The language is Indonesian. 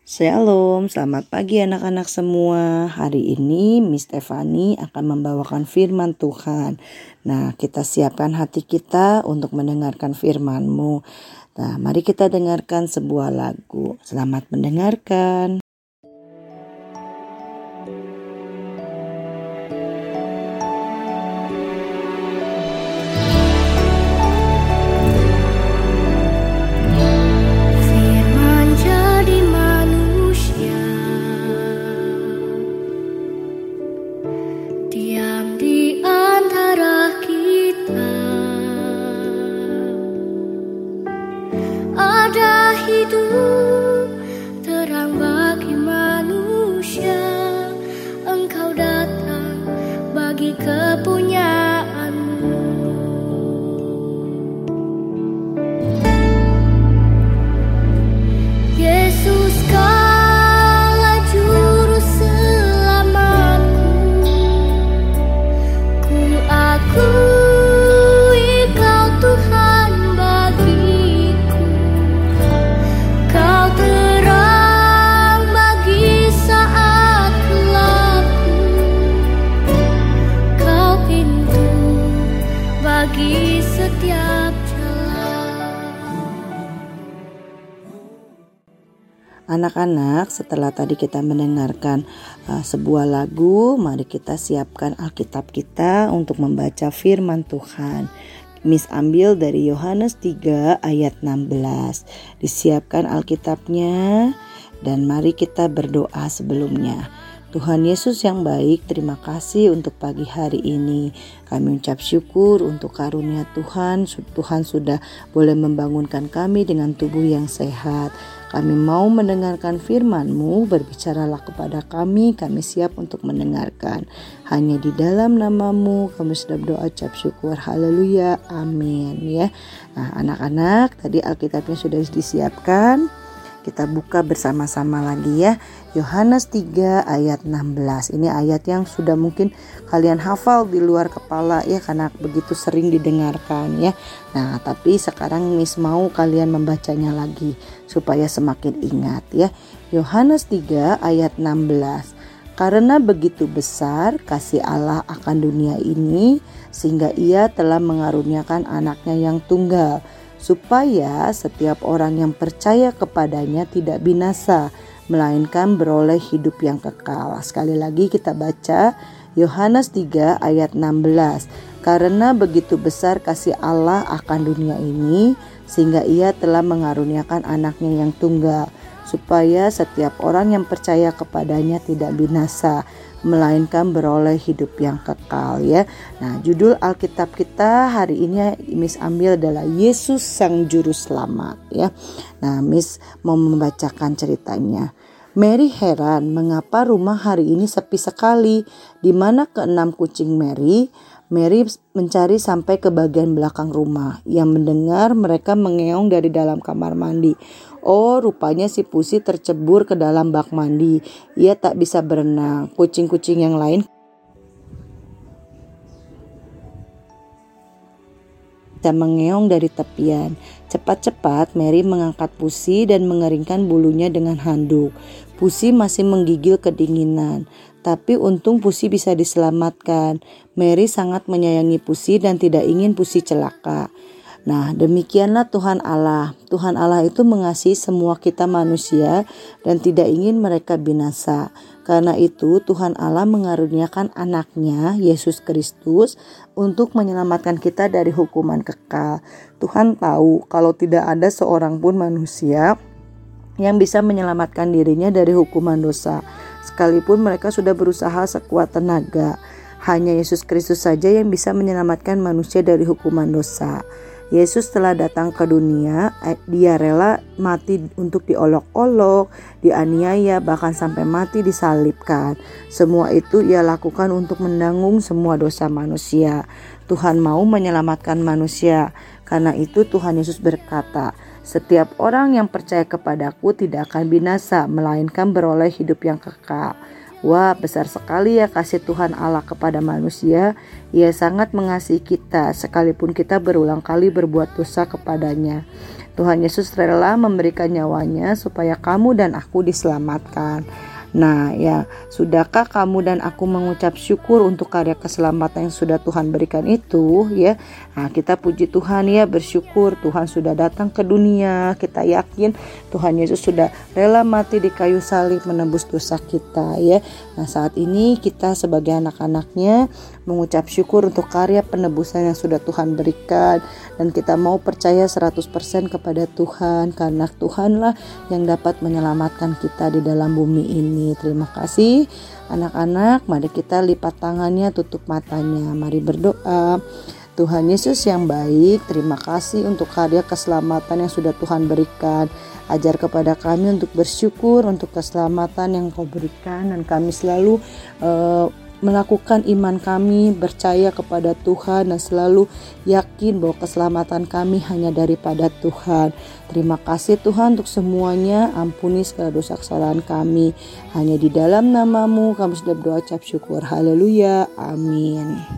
Shalom, selamat pagi anak-anak semua. Hari ini Miss Stefani akan membawakan firman Tuhan. Nah, kita siapkan hati kita untuk mendengarkan firman-Mu. Nah, mari kita dengarkan sebuah lagu. Selamat mendengarkan. Hidup terang bagi manusia, Engkau datang bagi kepunyaanmu. Yesus kaulah juru selamatku, ku akui Kau Tuhan bagiku. Kau terang bagi saat gelapku, Kau pintu bagi setiap Anak-anak, setelah tadi kita mendengarkan sebuah lagu, mari kita siapkan Alkitab kita untuk membaca firman Tuhan. Miss ambil dari Yohanes 3 ayat 16. Disiapkan Alkitabnya dan mari kita berdoa sebelumnya. Tuhan Yesus yang baik, terima kasih untuk pagi hari ini. Kami ucap syukur untuk karunia Tuhan. Tuhan sudah boleh membangunkan kami dengan tubuh yang sehat. Kami mau mendengarkan firman-Mu, berbicaralah kepada kami siap untuk mendengarkan. Hanya di dalam nama-Mu kami sudah berdoa ucap syukur, haleluya, amin ya. Nah anak-anak, tadi Alkitabnya sudah disiapkan. Kita buka bersama-sama lagi ya. Yohanes 3 ayat 16. Ini ayat yang sudah mungkin kalian hafal di luar kepala ya, karena begitu sering didengarkan ya. Nah, tapi sekarang Miss mau kalian membacanya lagi supaya semakin ingat ya. Yohanes 3 ayat 16. Karena begitu besar kasih Allah akan dunia ini, sehingga Ia telah mengaruniakan anaknya yang tunggal, supaya setiap orang yang percaya kepadanya tidak binasa, melainkan beroleh hidup yang kekal. Sekali lagi kita baca Yohanes 3 ayat 16. Karena begitu besar kasih Allah akan dunia ini, sehingga Ia telah mengaruniakan anaknya yang tunggal, supaya setiap orang yang percaya kepadanya tidak binasa, melainkan beroleh hidup yang kekal ya. Nah, judul Alkitab kita hari ini Miss ambil adalah Yesus Sang Juru Selamat ya. Nah, Miss mau membacakan ceritanya. Mary heran mengapa rumah hari ini sepi sekali. Di mana keenam kucing Mary? Mary mencari sampai ke bagian belakang rumah. Ia mendengar mereka mengeong dari dalam kamar mandi. Oh, rupanya si Pusi tercebur ke dalam bak mandi. Ia tak bisa berenang. Kucing-kucing yang lain mengeong dari tepian. Cepat-cepat Mary mengangkat Pusi dan mengeringkan bulunya dengan handuk. Pusi masih menggigil kedinginan, tapi untung Pusi bisa diselamatkan. Mary sangat menyayangi Pusi dan tidak ingin Pusi celaka. Nah, demikianlah Tuhan Allah. Tuhan Allah itu mengasihi semua kita manusia dan tidak ingin mereka binasa. Karena itu Tuhan Allah mengaruniakan anaknya, Yesus Kristus, untuk menyelamatkan kita dari hukuman kekal. Tuhan tahu kalau tidak ada seorang pun manusia yang bisa menyelamatkan dirinya dari hukuman dosa. Sekalipun mereka sudah berusaha sekuat tenaga, hanya Yesus Kristus saja yang bisa menyelamatkan manusia dari hukuman dosa. Yesus telah datang ke dunia, Dia rela mati untuk diolok-olok, dianiaya, bahkan sampai mati disalibkan. Semua itu Ia lakukan untuk menanggung semua dosa manusia. Tuhan mau menyelamatkan manusia. Karena itu Tuhan Yesus berkata, setiap orang yang percaya kepadaku tidak akan binasa, melainkan beroleh hidup yang kekal. Wah, besar sekali ya kasih Tuhan Allah kepada manusia. Ia sangat mengasihi kita sekalipun kita berulang kali berbuat dosa kepadanya. Tuhan Yesus rela memberikan nyawanya supaya kamu dan aku diselamatkan. Nah ya, sudahkah kamu dan aku mengucap syukur untuk karya keselamatan yang sudah Tuhan berikan itu ya? Nah, kita puji Tuhan ya, bersyukur Tuhan sudah datang ke dunia. Kita yakin Tuhan Yesus sudah rela mati di kayu salib menebus dosa kita ya. Nah, saat ini kita sebagai anak-anaknya mengucap syukur untuk karya penebusan yang sudah Tuhan berikan, dan kita mau percaya 100% kepada Tuhan, karena Tuhanlah yang dapat menyelamatkan kita di dalam bumi ini. Terima kasih anak-anak, mari kita lipat tangannya, tutup matanya, mari berdoa. Tuhan Yesus yang baik, terima kasih untuk karya keselamatan yang sudah Tuhan berikan. Ajar kepada kami untuk bersyukur untuk keselamatan yang Kau berikan, dan kami selalu melakukan iman kami, percaya kepada Tuhan, dan selalu yakin bahwa keselamatan kami hanya daripada Tuhan. Terima kasih Tuhan untuk semuanya. Ampuni segala dosa kesalahan kami. Hanya di dalam nama-Mu kami sudah berdoa ucap syukur. Haleluya. Amin.